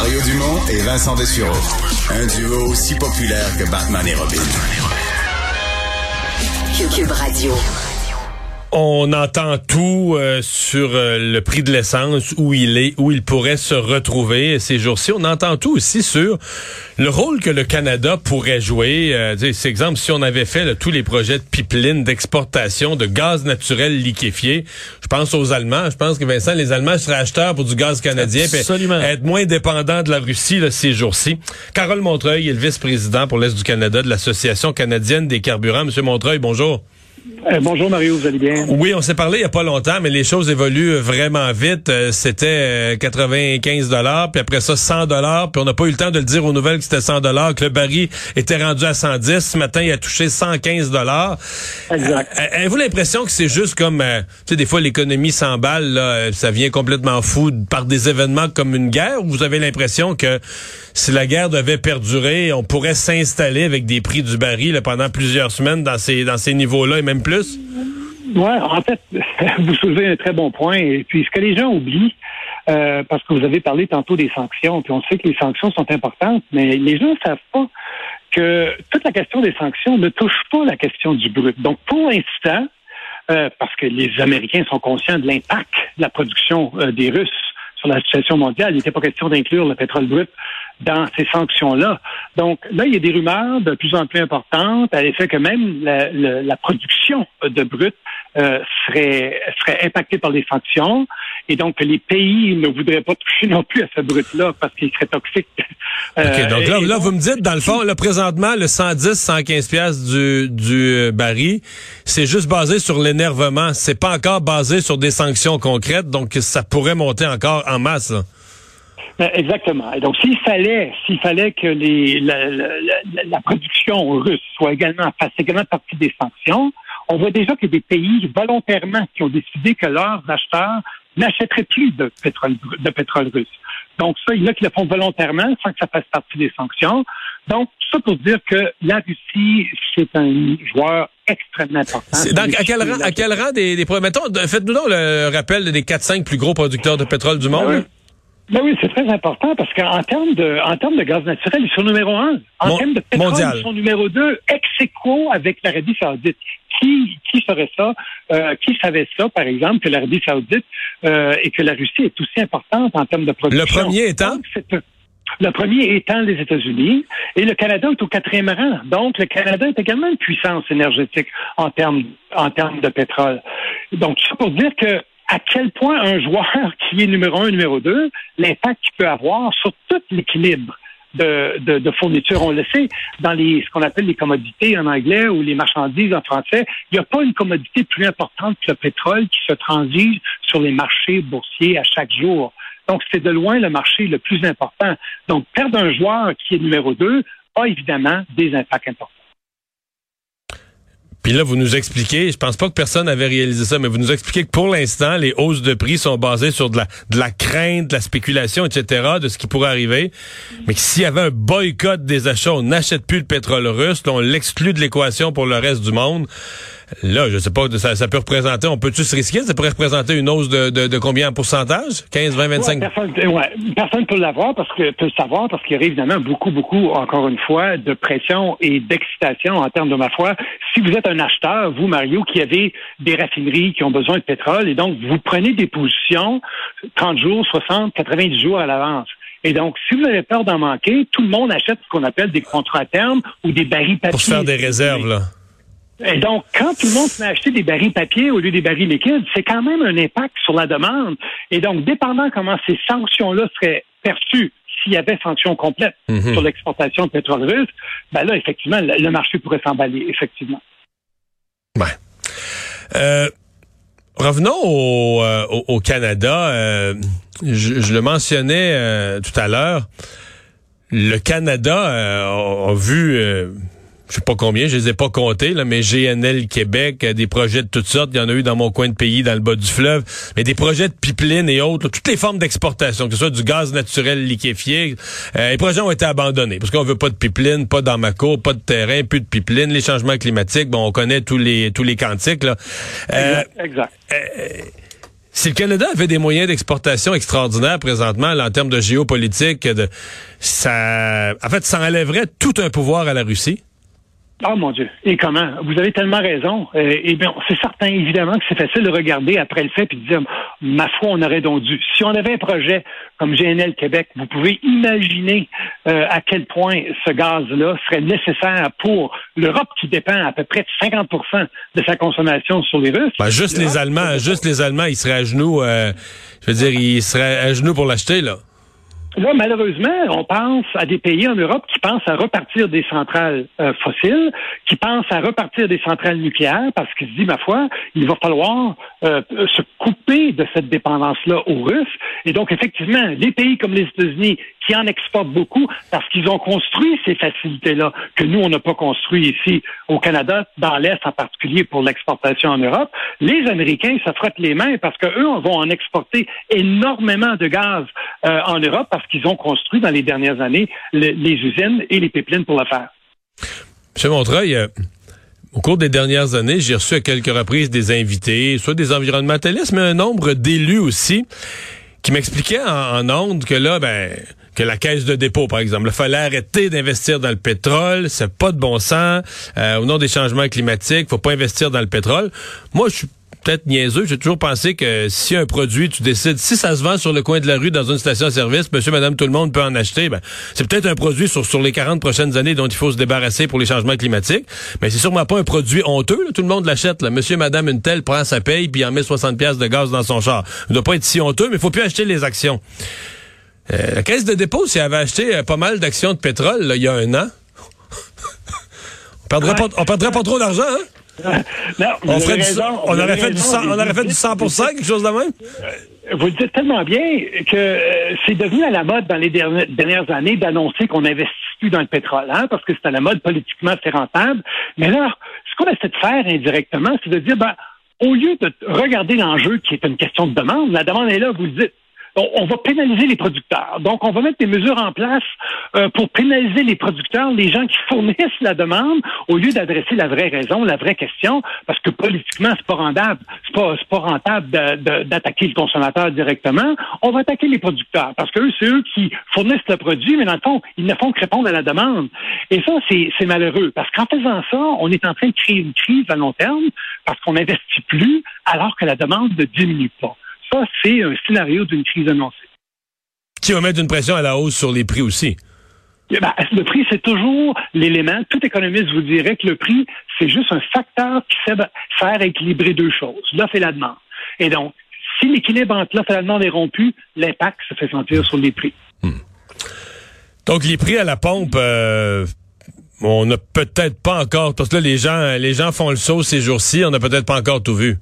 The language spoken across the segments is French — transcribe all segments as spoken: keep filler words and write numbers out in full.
Mario Dumont et Vincent Dessureau. Un duo aussi populaire que Batman et Robin. Cube Radio. On entend tout euh, sur euh, le prix de l'essence, où il est, où il pourrait se retrouver ces jours-ci. On entend tout aussi sur le rôle que le Canada pourrait jouer. Euh, c'est exemple, si on avait fait là, tous les projets de pipeline, d'exportation de gaz naturel liquéfié, je pense aux Allemands. Je pense que, Vincent, les Allemands seraient acheteurs pour du gaz canadien. Absolument. Être moins dépendants de la Russie là, ces jours-ci. Carole Montreuil est le vice-président pour l'Est du Canada de l'Association canadienne des carburants. Monsieur Montreuil, bonjour. Euh, bonjour Mario, vous allez bien? Oui, on s'est parlé il y a pas longtemps, mais les choses évoluent vraiment vite. Euh, c'était euh, quatre-vingt-quinze dollars, puis après ça cent dollars, puis on n'a pas eu le temps de le dire aux nouvelles que c'était cent dollars, que le baril était rendu à cent dix. Ce matin, il a touché cent quinze dollars. Exact. Euh, avez-vous l'impression que c'est juste comme, euh, tu sais, des fois l'économie s'emballe, là, ça vient complètement fou par des événements comme une guerre, ou vous avez l'impression que si la guerre devait perdurer, on pourrait s'installer avec des prix du baril là, pendant plusieurs semaines dans ces dans ces niveaux-là et même plus? Oui, en fait, vous soulevez un très bon point. Et puis, ce que les gens oublient, euh, parce que vous avez parlé tantôt des sanctions, puis on sait que les sanctions sont importantes, mais les gens ne savent pas que toute la question des sanctions ne touche pas la question du brut. Donc, pour l'instant, euh, parce que les Américains sont conscients de l'impact de la production euh, des Russes sur la situation mondiale, il n'était pas question d'inclure le pétrole brut dans ces sanctions-là. Donc là, il y a des rumeurs de plus en plus importantes à l'effet que même la, la, la production de brut euh, serait, serait impactée par les sanctions et donc que les pays ne voudraient pas toucher non plus à ce brut-là parce qu'il serait toxique. Euh, OK, donc là, et, là donc, vous me dites, dans le fond, là, présentement, le cent dix, cent quinze piastres du, du baril, c'est juste basé sur l'énervement. C'est pas encore basé sur des sanctions concrètes, donc ça pourrait monter encore en masse, là. Exactement. Et donc, s'il fallait, s'il fallait que les, la, la, la, la production russe soit également, fasse également partie des sanctions, on voit déjà qu'il y a des pays volontairement qui ont décidé que leurs acheteurs n'achèteraient plus de pétrole, de pétrole russe. Donc, ça, il y en a qui le font volontairement sans que ça fasse partie des sanctions. Donc, tout ça pour dire que la Russie, c'est un joueur extrêmement important. C'est donc, à quel rang, à quel rang des, des, mettons, faites-nous donc le rappel des quatre cinq plus gros producteurs de pétrole du monde. Ben oui. Ben oui, c'est très important parce qu'en termes de, en termes de gaz naturel, ils sont numéro un. En Mon, termes de pétrole, mondial. Ils sont numéro deux, ex aequo avec l'Arabie Saoudite. Qui, qui ferait ça? Euh, qui savait ça, par exemple, que l'Arabie Saoudite euh, et que la Russie est aussi importante en termes de production? Le premier étant? Donc, c'est, le premier étant les États-Unis et le Canada est au quatrième rang. Donc, le Canada est également une puissance énergétique en termes, en termes de pétrole. Donc, ça pour dire que à quel point un joueur qui est numéro un, numéro deux, l'impact qu'il peut avoir sur tout l'équilibre de, de, de fourniture. On le sait, dans les ce qu'on appelle les commodités en anglais ou les marchandises en français, il n'y a pas une commodité plus importante que le pétrole qui se transige sur les marchés boursiers à chaque jour. Donc, c'est de loin le marché le plus important. Donc, perdre un joueur qui est numéro deux a évidemment des impacts importants. Puis là, vous nous expliquez, je pense pas que personne avait réalisé ça, mais vous nous expliquez que pour l'instant, les hausses de prix sont basées sur de la, de la crainte, de la spéculation, et cetera, de ce qui pourrait arriver. Mais que s'il y avait un boycott des achats, on n'achète plus le pétrole russe, là, on l'exclut de l'équation pour le reste du monde. Là, je sais pas, ça, ça peut représenter, on peut-tu se risquer? Ça pourrait représenter une hausse de, de, de combien en pourcentage? quinze, vingt, vingt-cinq? Ouais, personne, ouais, personne peut l'avoir parce que peut le savoir parce qu'il y aurait évidemment beaucoup, beaucoup, encore une fois, de pression et d'excitation en termes de ma foi. Si vous êtes un acheteur, vous, Mario, qui avez des raffineries qui ont besoin de pétrole et donc vous prenez des positions trente jours, soixante, quatre-vingt-dix jours à l'avance. Et donc, si vous avez peur d'en manquer, tout le monde achète ce qu'on appelle des contrats à terme ou des barils papier. Pour se faire des réserves, là. Et donc, quand tout le monde se met à acheter des barils papier au lieu des barils liquides, c'est quand même un impact sur la demande. Et donc, dépendant comment ces sanctions-là seraient perçues, s'il y avait sanctions complètes mm-hmm. sur l'exportation de pétrole russe, ben là, effectivement, le, le marché pourrait s'emballer, effectivement. Ouais. Euh, revenons au, euh, au, au Canada. Euh, je, je le mentionnais euh, tout à l'heure. Le Canada euh, a, a vu... Euh, je sais pas combien, je les ai pas comptés, là, mais G N L Québec, des projets de toutes sortes, il y en a eu dans mon coin de pays, dans le bas du fleuve, mais des projets de pipeline et autres, là, toutes les formes d'exportation, que ce soit du gaz naturel liquéfié, euh, les projets ont été abandonnés, parce qu'on veut pas de pipeline, pas dans ma cour, pas de terrain, plus de pipeline, les changements climatiques, bon, on connaît tous les tous les cantiques, là. Euh, exact. exact. Euh, Si le Canada avait des moyens d'exportation extraordinaires présentement, là, en termes de géopolitique, de, ça, en fait, ça enlèverait tout un pouvoir à la Russie. Oh mon Dieu. Et comment? Vous avez tellement raison. Euh, et bien, c'est certain, évidemment, que c'est facile de regarder après le fait puis de dire, ma foi, on aurait donc dû. Si on avait un projet comme G N L Québec, vous pouvez imaginer euh, à quel point ce gaz-là serait nécessaire pour l'Europe qui dépend à peu près de cinquante pour cent de sa consommation sur les Russes. Ben, juste les Allemands, juste les Allemands, ils seraient à genoux, euh, je veux dire, ils seraient à genoux pour l'acheter, là. Là, malheureusement, on pense à des pays en Europe qui pensent à repartir des centrales euh, fossiles, qui pensent à repartir des centrales nucléaires, parce qu'ils se disent, ma foi, il va falloir euh, se couper de cette dépendance-là aux Russes. Et donc, effectivement, des pays comme les États-Unis, qui en exportent beaucoup, parce qu'ils ont construit ces facilités-là, que nous, on n'a pas construit ici au Canada, dans l'Est en particulier pour l'exportation en Europe, les Américains se frottent les mains parce qu'eux vont en exporter énormément de gaz euh, en Europe, parce qu'ils ont construit dans les dernières années le, les usines et les pipelines pour le faire. M. Montreuil, euh, au cours des dernières années, j'ai reçu à quelques reprises des invités, soit des environnementalistes, mais un nombre d'élus aussi, qui m'expliquaient en, en ondes que là, ben, que la caisse de dépôt, par exemple, il fallait arrêter d'investir dans le pétrole, c'est pas de bon sens, euh, au nom des changements climatiques, faut pas investir dans le pétrole. Moi, je suis peut-être niaiseux, j'ai toujours pensé que si un produit, tu décides, si ça se vend sur le coin de la rue dans une station-service, monsieur, madame, tout le monde peut en acheter, ben, c'est peut-être un produit sur, sur les quarante prochaines années dont il faut se débarrasser pour les changements climatiques, mais c'est sûrement pas un produit honteux, là. Tout le monde l'achète, là. Monsieur, madame, une telle prend sa paye puis il en met soixante piastres de gaz dans son char. Il doit pas être si honteux, mais il faut plus acheter les actions. Euh, la caisse de dépôt, si elle avait acheté euh, pas mal d'actions de pétrole, là, il y a un an, on perdrait pas, on perdrait pas trop d'argent, hein? Non, on, ferait raison, du, on aurait fait du cent, on aurait fait du cent pour cent, quelque chose de même? Vous le dites tellement bien que euh, c'est devenu à la mode dans les dernières, dernières années d'annoncer qu'on n'investit plus dans le pétrole, hein, parce que c'est à la mode, politiquement, c'est rentable. Mais là, ce qu'on essaie de faire indirectement, c'est de dire, ben, au lieu de regarder l'enjeu qui est une question de demande, la demande est là, vous le dites. On va pénaliser les producteurs. Donc, on va mettre des mesures en place euh, pour pénaliser les producteurs, les gens qui fournissent la demande, au lieu d'adresser la vraie raison, la vraie question, parce que politiquement, c'est pas rentable, c'est pas, c'est pas rentable de, de, d'attaquer le consommateur directement. On va attaquer les producteurs, parce que eux, c'est eux qui fournissent le produit, mais dans le fond, ils ne font que répondre à la demande. Et ça, c'est, c'est malheureux, parce qu'en faisant ça, on est en train de créer une crise à long terme, parce qu'on n'investit plus, alors que la demande ne diminue pas. Ça, c'est un scénario d'une crise annoncée. Qui va mettre une pression à la hausse sur les prix aussi. Ben, le prix, c'est toujours l'élément. Tout économiste vous dirait que le prix, c'est juste un facteur qui sert à équilibrer deux choses, l'offre et la demande. Et donc, si l'équilibre entre l'offre et la demande est rompu, l'impact se fait sentir sur les prix. Hmm. Donc, les prix à la pompe, euh, on n'a peut-être pas encore, parce que là, les gens, les gens font le saut ces jours-ci, on n'a peut-être pas encore tout vu.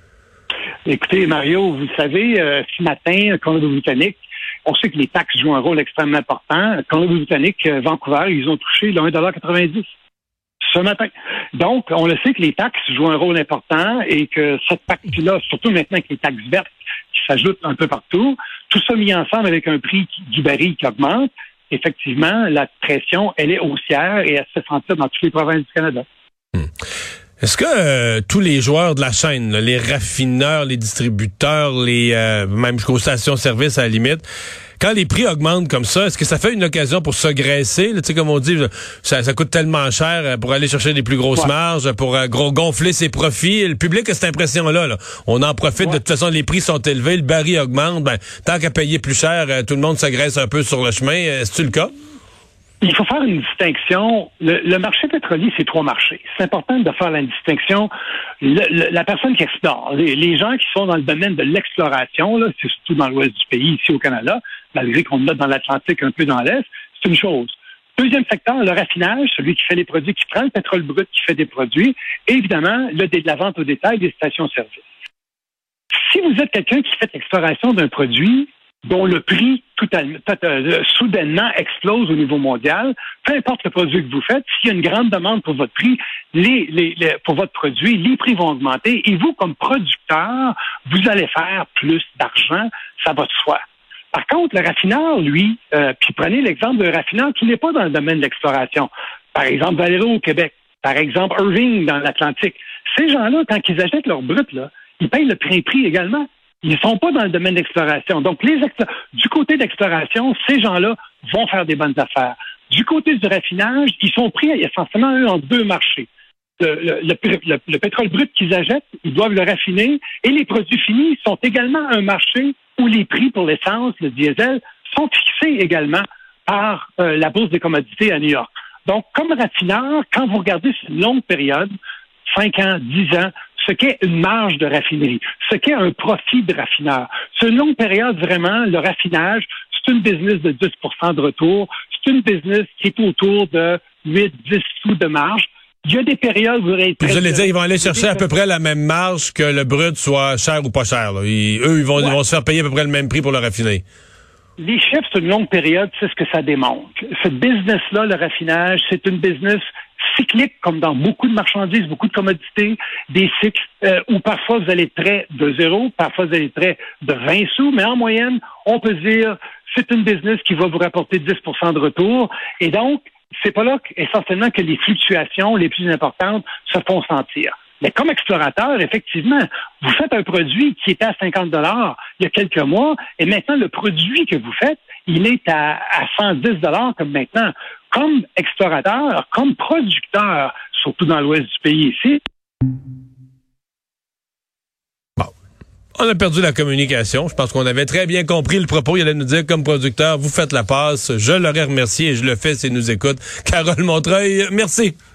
Écoutez, Mario, vous savez, euh, ce matin, Colombie-Britannique, on sait que les taxes jouent un rôle extrêmement important. Colombie-Britannique, euh, Vancouver, ils ont touché le un dollar quatre-vingt-dix ce matin. Donc, on le sait que les taxes jouent un rôle important et que cette partie-là, surtout maintenant que les taxes vertes qui s'ajoutent un peu partout, tout ça mis ensemble avec un prix qui, du baril qui augmente, effectivement, la pression, elle est haussière et elle se fait sentir dans toutes les provinces du Canada. Hmm. Est-ce que euh, tous les joueurs de la chaîne, là, les raffineurs, les distributeurs, les euh, même jusqu'aux stations-service à la limite, quand les prix augmentent comme ça, est-ce que ça fait une occasion pour se graisser? Tu sais, comme on dit, ça, ça coûte tellement cher pour aller chercher des plus grosses ouais. marges, pour euh, gros, gonfler ses profits. Le public a cette impression-là. Là. On en profite. Ouais. De toute façon, les prix sont élevés, le baril augmente. Ben, tant qu'à payer plus cher, euh, tout le monde se graisse un peu sur le chemin. Est-ce-tu le cas? Il faut faire une distinction. Le, le marché pétrolier, c'est trois marchés. C'est important de faire la distinction. Le, le, la personne qui explore, les, les gens qui sont dans le domaine de l'exploration, là, c'est surtout dans l'ouest du pays, ici au Canada, malgré qu'on a dans l'Atlantique, un peu dans l'Est, c'est une chose. Deuxième secteur, le raffinage, celui qui fait les produits, qui prend le pétrole brut, qui fait des produits, et évidemment, le, de la vente au détail des stations-service. Si vous êtes quelqu'un qui fait l'exploration d'un produit dont le prix tout à, tout à, soudainement explose au niveau mondial, peu importe le produit que vous faites, s'il y a une grande demande pour votre prix, les, les, les, pour votre produit, les prix vont augmenter et vous, comme producteur, vous allez faire plus d'argent, ça va de soi. Par contre, le raffineur, lui, euh, puis prenez l'exemple d'un raffineur qui n'est pas dans le domaine de l'exploration. Par exemple, Valero au Québec, par exemple, Irving dans l'Atlantique. Ces gens-là, quand ils achètent leur brut, là, ils payent le plein prix également. Ils ne sont pas dans le domaine d'exploration. Donc, les explo- du côté d'exploration, ces gens-là vont faire des bonnes affaires. Du côté du raffinage, ils sont pris essentiellement eux, en deux marchés. Le, le, le, le, le pétrole brut qu'ils achètent, ils doivent le raffiner. Et les produits finis sont également un marché où les prix pour l'essence, le diesel, sont fixés également par euh, la Bourse des commodités à New York. Donc, comme raffineur, quand vous regardez sur une longue période, cinq ans, dix ans, ce qu'est une marge de raffinerie, ce qu'est un profit de raffineur. Sur une longue période, vraiment, le raffinage, c'est une business de dix pour cent de retour, c'est une business qui est autour de huit à dix sous de marge. Il y a des périodes où vous allez... Vous allez dire, ils vont aller chercher à peu près la même marge que le brut, soit cher ou pas cher. Là. Ils, eux, ils vont, ouais. ils vont se faire payer à peu près le même prix pour le raffiner. Les chiffres sur une longue période, c'est ce que ça démontre. Ce business-là, le raffinage, c'est une business cyclique, comme dans beaucoup de marchandises, beaucoup de commodités, des cycles euh, où parfois vous allez être près de zéro, parfois vous allez être près de vingt sous, mais en moyenne, on peut dire c'est une business qui va vous rapporter dix pour cent de retour. Et donc, c'est pas là essentiellement que les fluctuations les plus importantes se font sentir. Mais comme explorateur, effectivement, vous faites un produit qui était à cinquante dollars il y a quelques mois, et maintenant, le produit que vous faites, il est à, à cent dix dollars comme maintenant. Comme explorateur, comme producteur, surtout dans l'ouest du pays ici. Bon. On a perdu la communication. Je pense qu'on avait très bien compris le propos. Il allait nous dire, comme producteur, vous faites la passe. Je l'aurais remercié et je le fais s'il nous écoute. Carole Montreuil, merci.